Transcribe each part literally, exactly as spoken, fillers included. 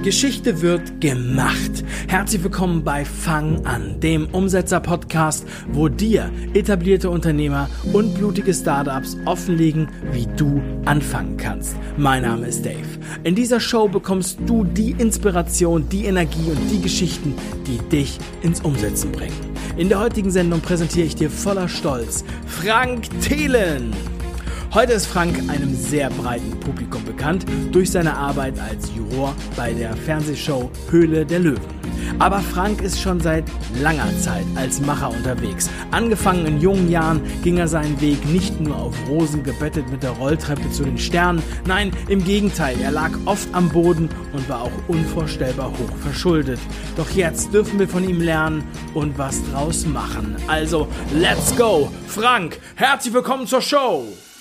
Geschichte wird gemacht. Herzlich willkommen bei Fang an, dem Umsetzer-Podcast, wo dir etablierte Unternehmer und blutige Startups offenlegen, wie du anfangen kannst. Mein Name ist Dave. In dieser Show bekommst du die Inspiration, die Energie und die Geschichten, die dich ins Umsetzen bringen. In der heutigen Sendung präsentiere ich dir voller Stolz Frank Thelen. Heute ist Frank einem sehr breiten Publikum bekannt durch seine Arbeit als Juror bei der Fernsehshow Höhle der Löwen. Aber Frank ist schon seit langer Zeit als Macher unterwegs. Angefangen in jungen Jahren ging er seinen Weg nicht nur auf Rosen gebettet mit der Rolltreppe zu den Sternen. Nein, im Gegenteil, er lag oft am Boden und war auch unvorstellbar hoch verschuldet. Doch jetzt dürfen wir von ihm lernen und was draus machen. Also, let's go! Frank, herzlich willkommen zur Show!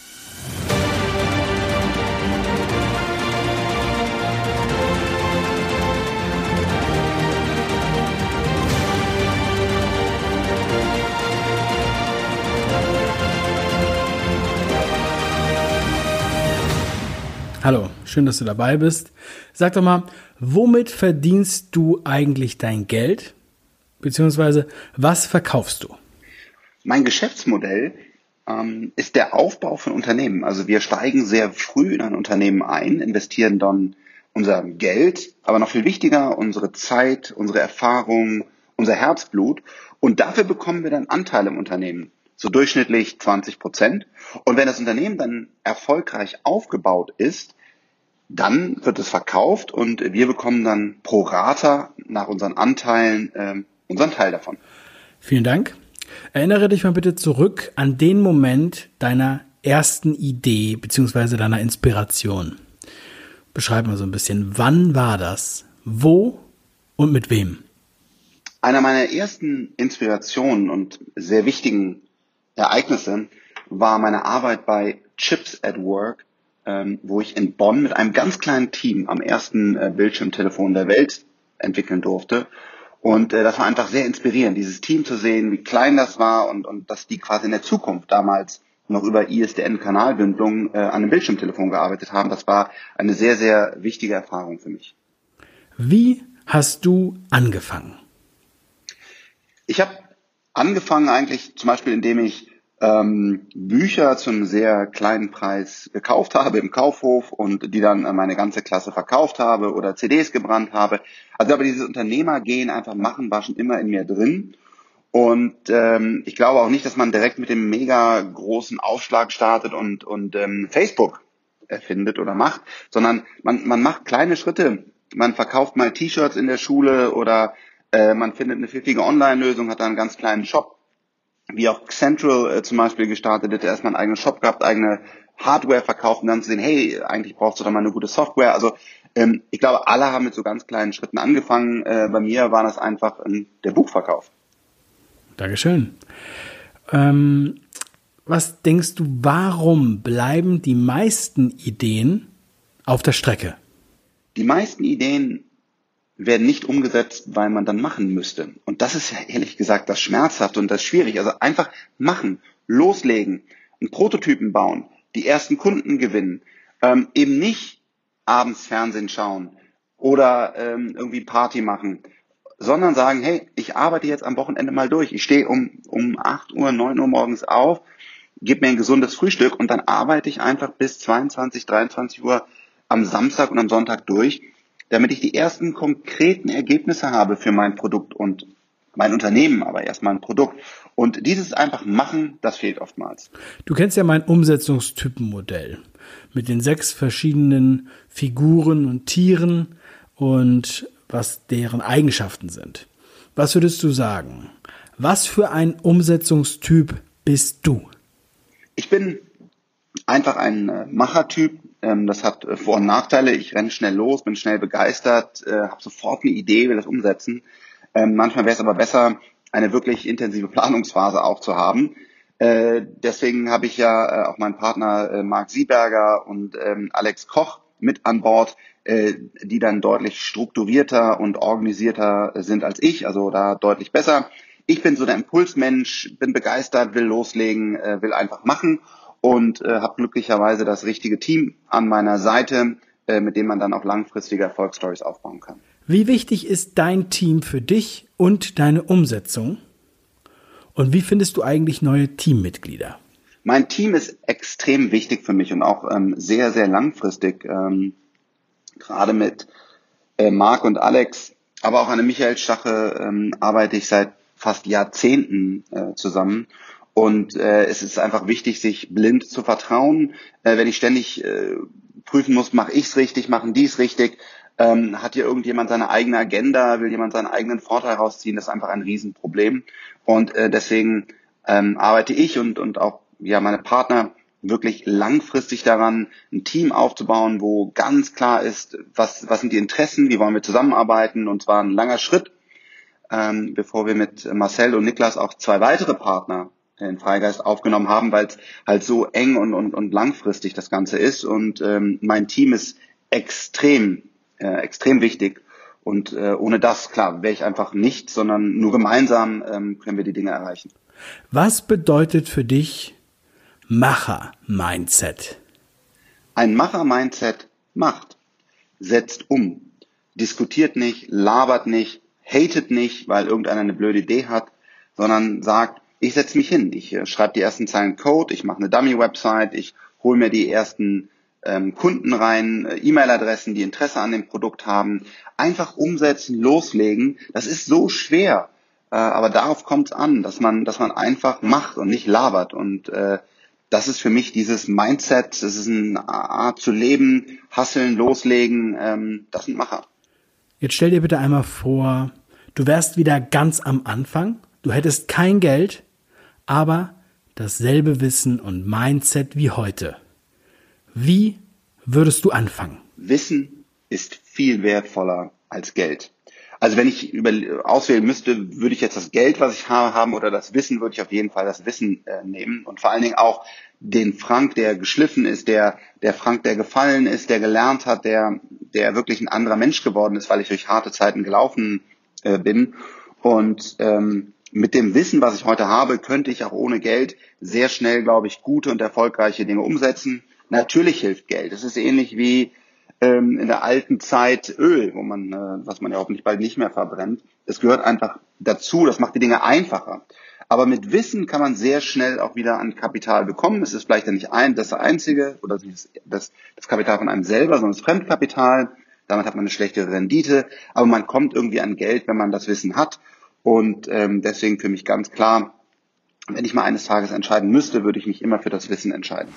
Hallo, schön, dass du dabei bist. Sag doch mal, womit verdienst du eigentlich dein Geld? Beziehungsweise, was verkaufst du? Mein Geschäftsmodell ähm, ist der Aufbau von Unternehmen. Also wir steigen sehr früh in ein Unternehmen ein, investieren dann unser Geld, aber noch viel wichtiger, unsere Zeit, unsere Erfahrung, unser Herzblut. Und dafür bekommen wir dann Anteile im Unternehmen. So durchschnittlich zwanzig Prozent. Und wenn das Unternehmen dann erfolgreich aufgebaut ist, dann wird es verkauft und wir bekommen dann pro Rata nach unseren Anteilen äh, unseren Teil davon. Vielen Dank. Erinnere dich mal bitte zurück an den Moment deiner ersten Idee bzw. deiner Inspiration. Beschreib mal so ein bisschen, wann war das, wo und mit wem? Einer meiner ersten Inspirationen und sehr wichtigen Ereignisse war meine Arbeit bei Chips at Work, ähm, wo ich in Bonn mit einem ganz kleinen Team am ersten äh, Bildschirmtelefon der Welt entwickeln durfte. Und äh, das war einfach sehr inspirierend, dieses Team zu sehen, wie klein das war und, und dass die quasi in der Zukunft damals noch über I S D N-Kanalbündelung äh, an einem Bildschirmtelefon gearbeitet haben. Das war eine sehr, sehr wichtige Erfahrung für mich. Wie hast du angefangen? Ich habe angefangen eigentlich zum Beispiel, indem ich ähm, Bücher zu einem sehr kleinen Preis gekauft habe im Kaufhof und die dann an meine ganze Klasse verkauft habe oder C Ds gebrannt habe. Also aber dieses Unternehmergehen, einfach machen, war schon immer in mir drin. Und ähm, ich glaube auch nicht, dass man direkt mit dem mega großen Aufschlag startet und, und ähm, Facebook erfindet oder macht, sondern man, man macht kleine Schritte. Man verkauft mal T-Shirts in der Schule oder äh, man findet eine pfiffige Online-Lösung, hat da einen ganz kleinen Shop. Wie auch Central äh, zum Beispiel gestartet, hat erstmal einen eigenen Shop gehabt, eigene Hardware verkauft und dann zu sehen, hey, eigentlich brauchst du doch mal eine gute Software. Also ähm, ich glaube, alle haben mit so ganz kleinen Schritten angefangen. Äh, bei mir war das einfach ähm, der Buchverkauf. Dankeschön. Ähm, was denkst du, warum bleiben die meisten Ideen auf der Strecke? Die meisten Ideen werden nicht umgesetzt, weil man dann machen müsste. Und das ist ja ehrlich gesagt das Schmerzhafte und das Schwierige. Also einfach machen, loslegen, einen Prototypen bauen, die ersten Kunden gewinnen, ähm, eben nicht abends Fernsehen schauen oder ähm, irgendwie Party machen, sondern sagen, hey, ich arbeite jetzt am Wochenende mal durch. Ich stehe um, um acht Uhr, neun Uhr morgens auf, gebe mir ein gesundes Frühstück und dann arbeite ich einfach bis zweiundzwanzig, dreiundzwanzig Uhr am Samstag und am Sonntag durch, damit ich die ersten konkreten Ergebnisse habe für mein Produkt und mein Unternehmen, aber erstmal ein Produkt. Und dieses einfach machen, das fehlt oftmals. Du kennst ja mein Umsetzungstypenmodell mit den sechs verschiedenen Figuren und Tieren und was deren Eigenschaften sind. Was würdest du sagen? Was für ein Umsetzungstyp bist du? Ich bin einfach ein äh, Machertyp. Ähm, das hat äh, Vor- und Nachteile. Ich renne schnell los, bin schnell begeistert, äh, habe sofort eine Idee, will das umsetzen. Ähm, manchmal wäre es aber besser, eine wirklich intensive Planungsphase auch zu haben. Äh, deswegen habe ich ja äh, auch meinen Partner äh, Marc Sieberger und ähm, Alex Koch mit an Bord, äh, die dann deutlich strukturierter und organisierter sind als ich, also da deutlich besser. Ich bin so der Impulsmensch, bin begeistert, will loslegen, äh, will einfach machen und äh, habe glücklicherweise das richtige Team an meiner Seite, äh, mit dem man dann auch langfristige Erfolgsstories aufbauen kann. Wie wichtig ist dein Team für dich und deine Umsetzung? Und wie findest du eigentlich neue Teammitglieder? Mein Team ist extrem wichtig für mich und auch ähm, sehr, sehr langfristig. Ähm, gerade mit äh, Marc und Alex, aber auch an dem Michael Stache ähm, arbeite ich seit fast Jahrzehnten äh, zusammen. Und äh, es ist einfach wichtig, sich blind zu vertrauen. Äh, wenn ich ständig äh, prüfen muss, mache ich es richtig, machen die es richtig, ähm, hat hier irgendjemand seine eigene Agenda, will jemand seinen eigenen Vorteil rausziehen, das ist einfach ein Riesenproblem. Und äh, deswegen ähm, arbeite ich und und auch ja meine Partner wirklich langfristig daran, ein Team aufzubauen, wo ganz klar ist, was was sind die Interessen, wie wollen wir zusammenarbeiten, und zwar ein langer Schritt, ähm, bevor wir mit Marcel und Niklas auch zwei weitere Partner in Freigeist aufgenommen haben, weil es halt so eng und und und langfristig das Ganze ist. Und ähm, mein Team ist extrem äh, extrem wichtig. Und äh, ohne das, klar, wäre ich einfach nicht, sondern nur gemeinsam ähm, können wir die Dinge erreichen. Was bedeutet für dich Macher-Mindset? Ein Macher-Mindset macht, setzt um, diskutiert nicht, labert nicht, hatet nicht, weil irgendeiner eine blöde Idee hat, sondern sagt, ich setze mich hin, ich äh, schreibe die ersten Zeilen Code, ich mache eine Dummy-Website, ich hole mir die ersten ähm, Kunden rein, äh, E-Mail-Adressen, die Interesse an dem Produkt haben. Einfach umsetzen, loslegen, das ist so schwer, äh, aber darauf kommt es an, dass man, dass man einfach macht und nicht labert. Und äh, das ist für mich dieses Mindset, das ist eine Art zu leben, hustlen, loslegen, ähm, das sind Macher. Jetzt stell dir bitte einmal vor, du wärst wieder ganz am Anfang, du hättest kein Geld, aber dasselbe Wissen und Mindset wie heute. Wie würdest du anfangen? Wissen ist viel wertvoller als Geld. Also wenn ich über, auswählen müsste, würde ich jetzt das Geld, was ich habe, haben oder das Wissen, würde ich auf jeden Fall das Wissen äh, nehmen. Und vor allen Dingen auch den Frank, der geschliffen ist, der, der Frank, der gefallen ist, der gelernt hat, der, der wirklich ein anderer Mensch geworden ist, weil ich durch harte Zeiten gelaufen äh, bin. Und ähm, mit dem Wissen, was ich heute habe, könnte ich auch ohne Geld sehr schnell, glaube ich, gute und erfolgreiche Dinge umsetzen. Natürlich hilft Geld. Es ist ähnlich wie ähm, in der alten Zeit Öl, wo man, äh, was man ja hoffentlich bald nicht mehr verbrennt. Es gehört einfach dazu. Das macht die Dinge einfacher. Aber mit Wissen kann man sehr schnell auch wieder an Kapital bekommen. Es ist vielleicht ja nicht ein, das einzige oder das, das, das Kapital von einem selber, sondern das Fremdkapital. Damit hat man eine schlechtere Rendite. Aber man kommt irgendwie an Geld, wenn man das Wissen hat. Und ähm, deswegen für mich ganz klar, wenn ich mal eines Tages entscheiden müsste, würde ich mich immer für das Wissen entscheiden.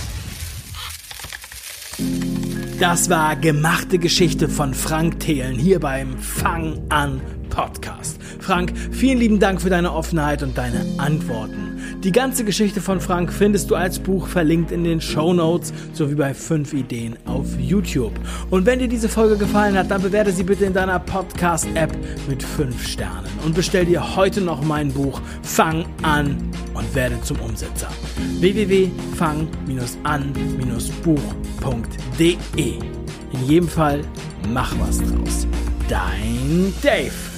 Das war Gemachte Geschichte von Frank Thelen hier beim Fang an Podcast. Frank, vielen lieben Dank für deine Offenheit und deine Antworten. Die ganze Geschichte von Frank findest du als Buch verlinkt in den Shownotes sowie bei fünf Ideen auf YouTube. Und wenn dir diese Folge gefallen hat, dann bewerte sie bitte in deiner Podcast-App mit fünf Sternen und bestell dir heute noch mein Buch Fang an und werde zum Umsetzer. w w w punkt fang an buch punkt de. In jedem Fall, mach was draus. Dein Dave.